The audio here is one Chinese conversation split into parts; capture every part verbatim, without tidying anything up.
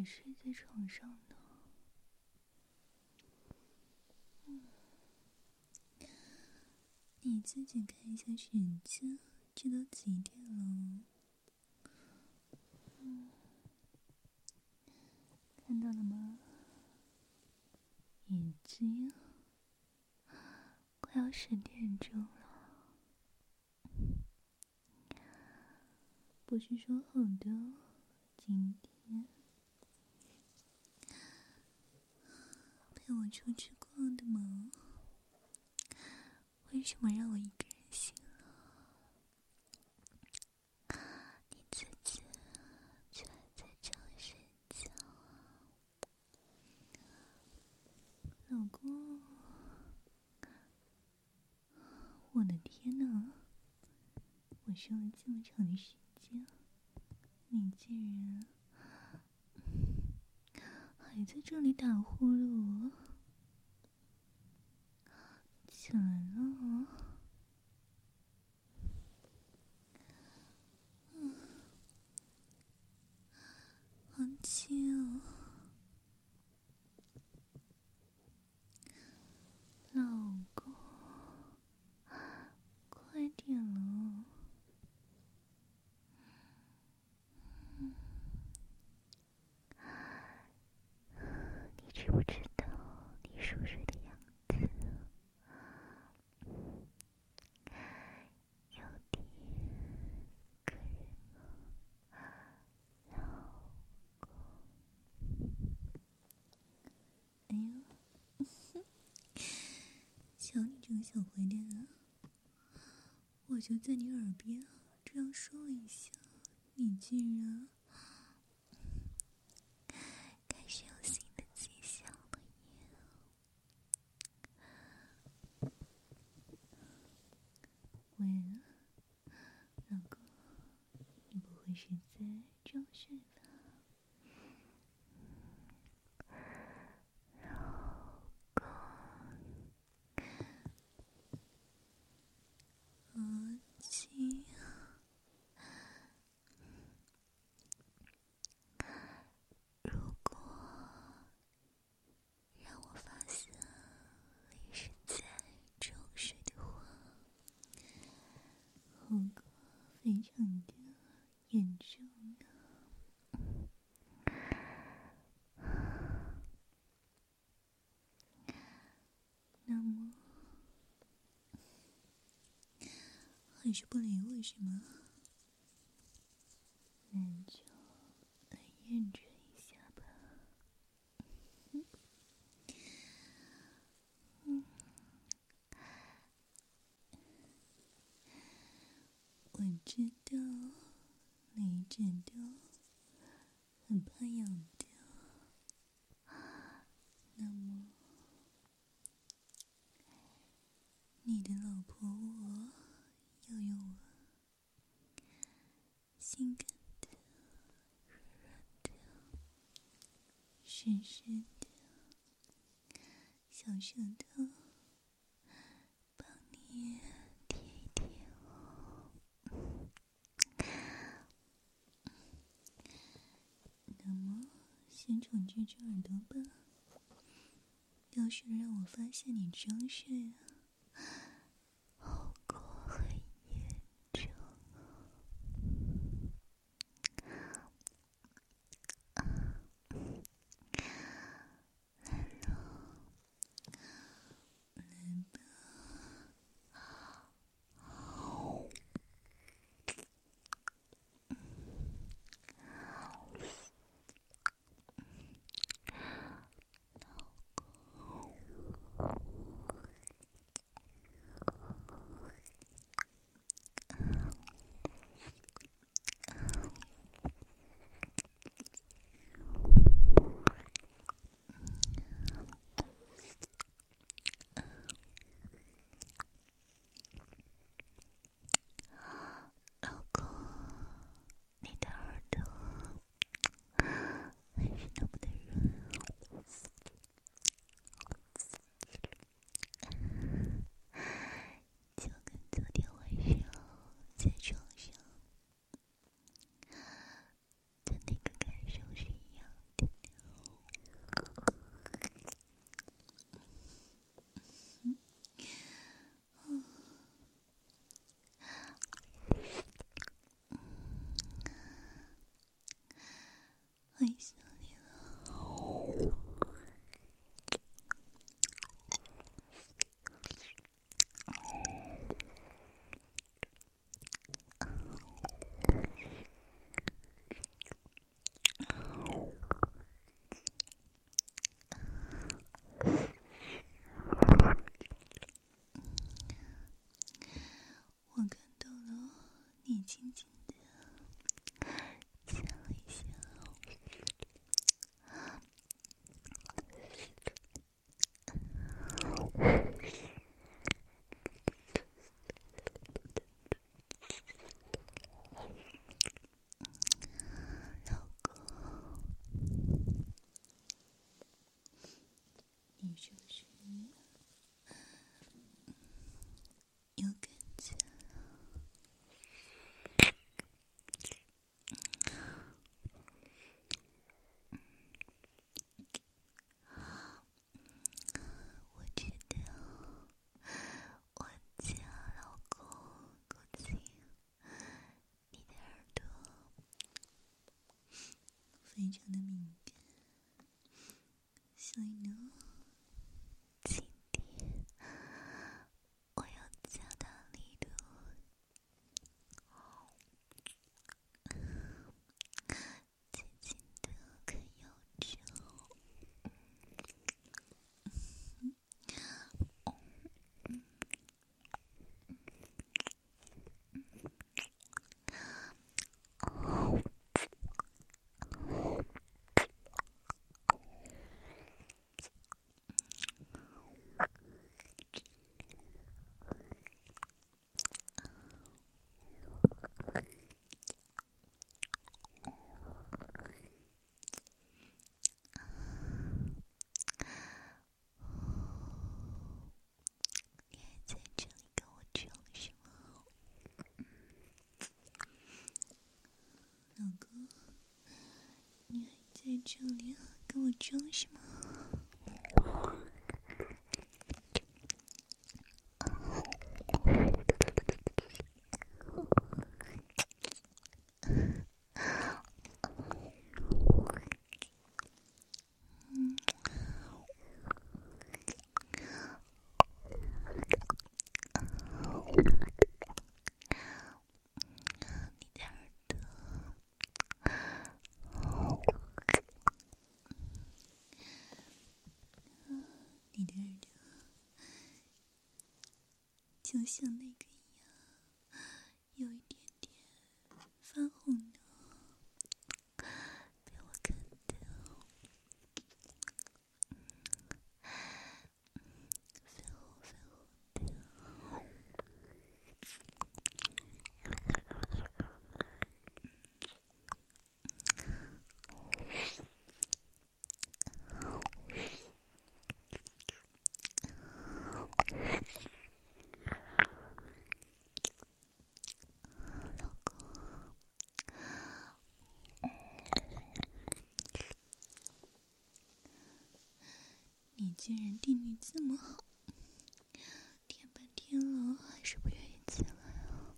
也睡在床上呢。嗯，你自己看一下时间，这都几点了？嗯，看到了吗？已经快要十点钟了。不是说好的今天陪我出去逛的吗？为什么让我一个人醒了？你自己却还在床睡觉啊，老公！我的天哪！我睡了这么长的时间，你竟然还在这里打呼噜！起来了！嗯，好轻哦，老公，快点了！嗯，你知不知道你熟睡的样子？有点可人了，老公。哎呦，瞧你这个小坏蛋啊！我就在你耳边这样说了一下，你竟然开始有新的迹象了耶！喂，老公，你不会是在装睡吧？老公，安静。如果让我发现你是在装睡的话，后果非常的严重的。那么还是不理我是吗？那就来验证一下吧。嗯嗯，我知道你一直都很怕痒的，那么你的老婆我要用我性感的、软软的、湿湿的小舌头帮你舔一舔哦。那么先从这只耳朵吧，要是让我发现你装睡啊，后果很严重啊！来了，来吧。 常的敏感，所以呢，今天我要加大力度，紧紧的啃咬着。老公，你还在这里跟我装什么？你的耳朵就像那个一样，有一点点发红的，被我看到，粉红粉红的。你居然定力这么好，舔半天了还是不愿意起来啊？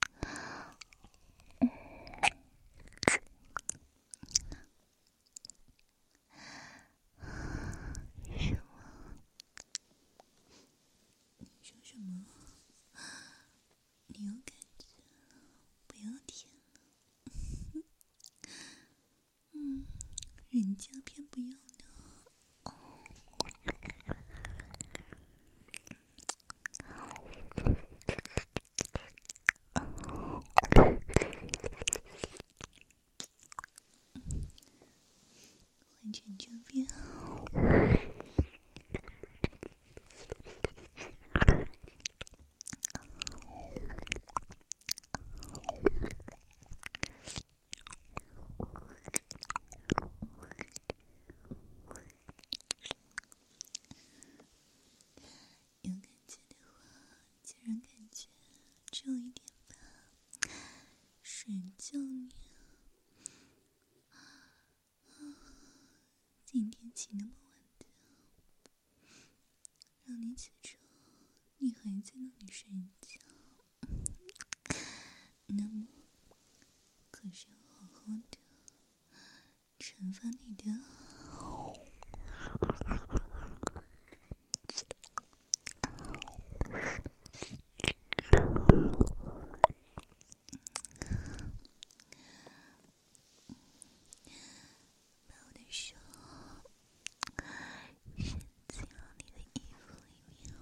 什么？你说什么？你有感觉？不要舔了。嗯，人家偏不要呢。换成这边，有感觉的话，就让感觉重一点吧。谁叫你今天起那么晚的，让你起床，你还在那里睡觉，那么可是要好好的惩罚你的。把我的手伸进了你的衣服里面，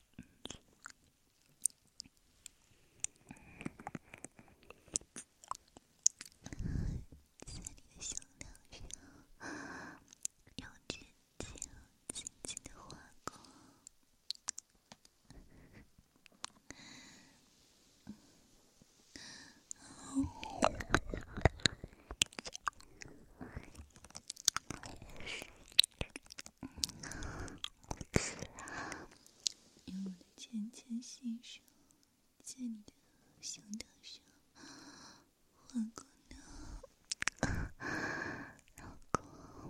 在你的胸膛上用指尖轻轻地划过。用我的浅浅细手在你的胸膛上划过呢，老公。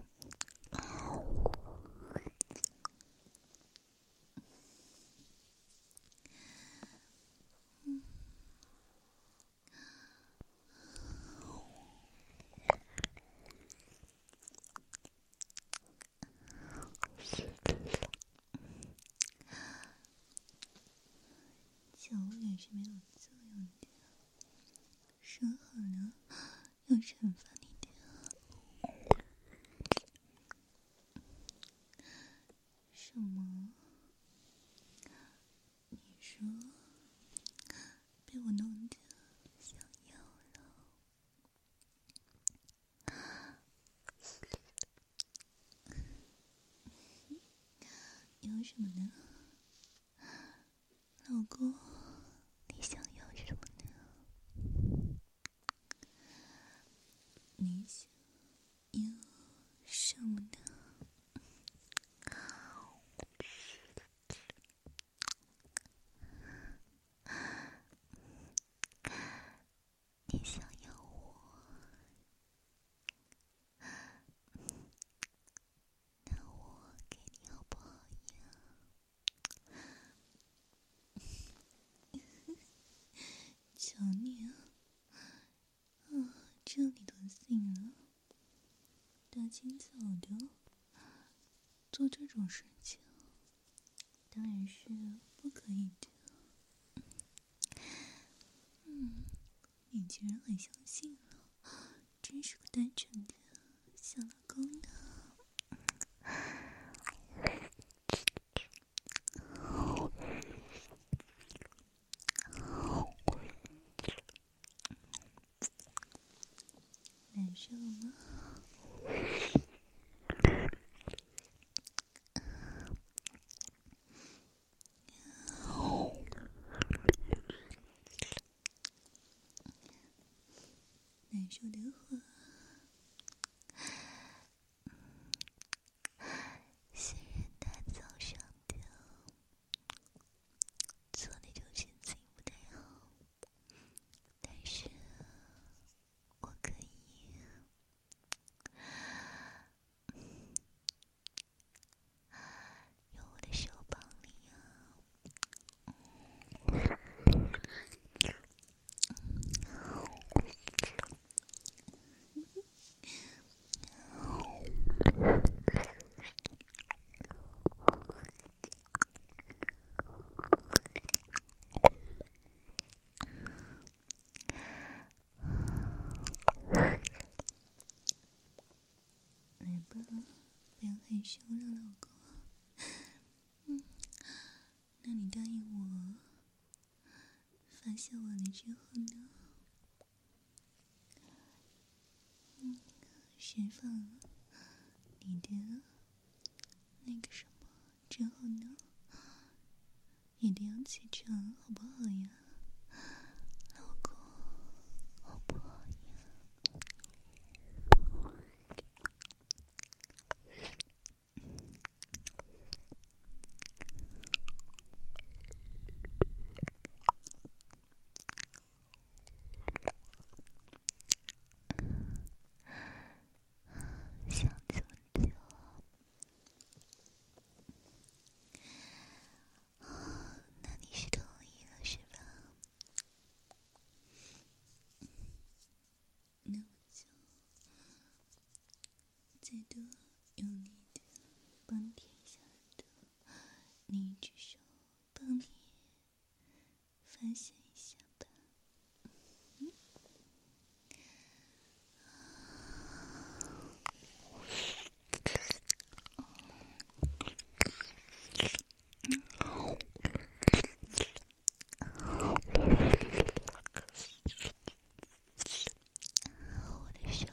嗯， 没有作用的，说好了要惩罚你的。什么？你说被我弄得想要了？要什么呢？老公，你想要什么呢？你想要什么呢？你想要我，那我给你好不好呀？求你啊！啊，这你都信了？大清早的做这种事情，当然是不可以的。嗯，你竟然还相信了，真是个单纯的小老公呢。难受吗？难受的话，虽然大早上的做那种事情不太好，但是我可以用我的手帮你啊。来吧，不要害羞了，老公。嗯，那你答应我，发现完了之后呢？嗯，释放你的那个什么之后呢？一定要起床，好不好呀，老公？好不好呀？想这么久，那你是同意了是吧？那我就再多用力的帮你舔一下耳朵，你一只手帮你发泄一下吧。嗯，我的手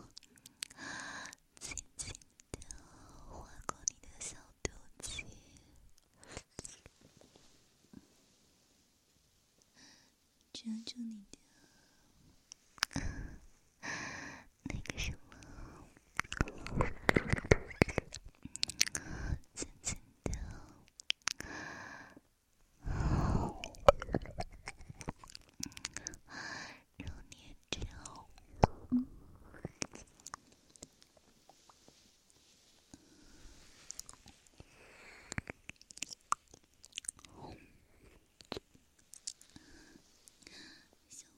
轻轻地划过你的小肚脐，抓住你的那个什么，轻轻地揉捏着，小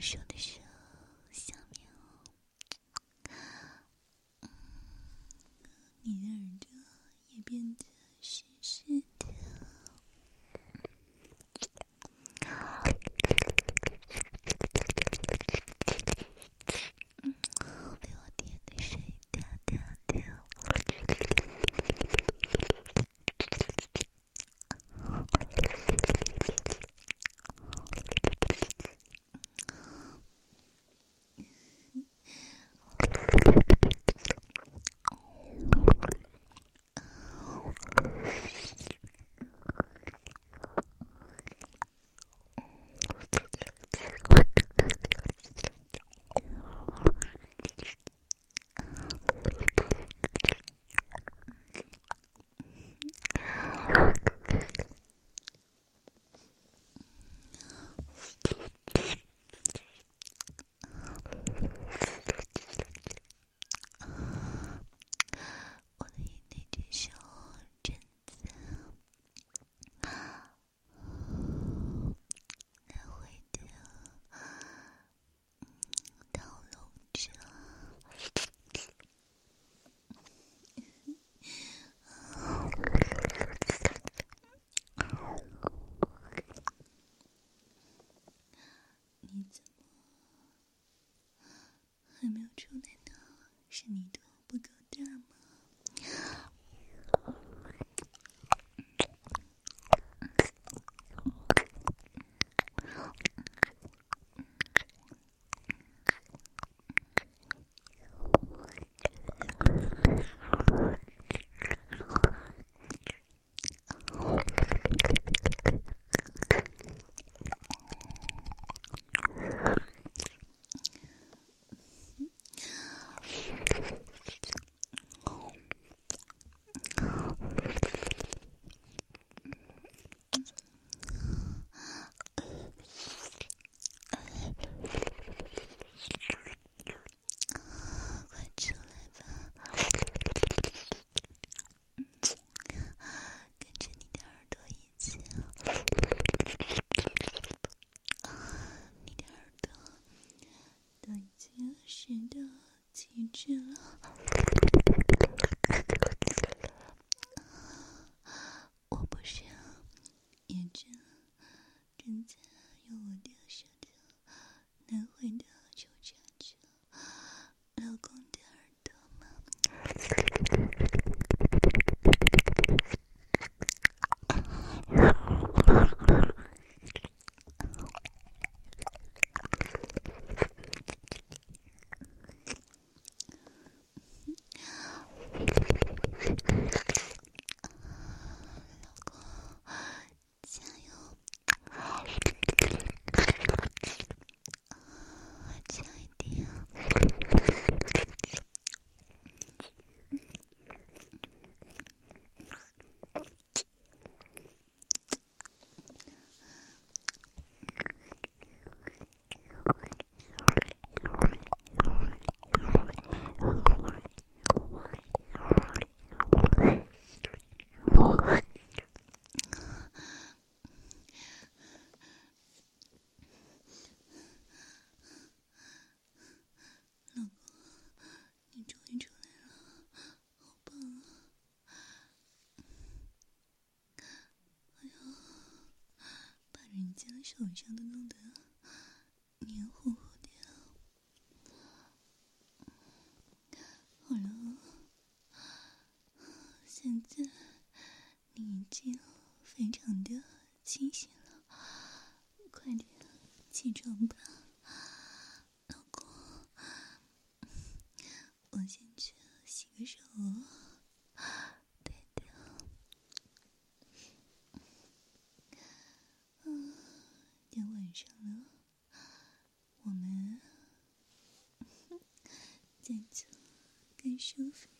手的手下面哦，你的耳朵也变得湿湿的。被我舔的水哒哒的。你怎么还没有出来呢？是你的不够大吗？是的，极致了。我不是也正正在用我的舌头来回的纠缠着老公的耳朵吗？手上都弄得黏糊糊的。好了，现在你已经非常的清醒了，快点起床吧，老公。我先去洗个手。对的。嗯，要晚上了，我们再做更舒服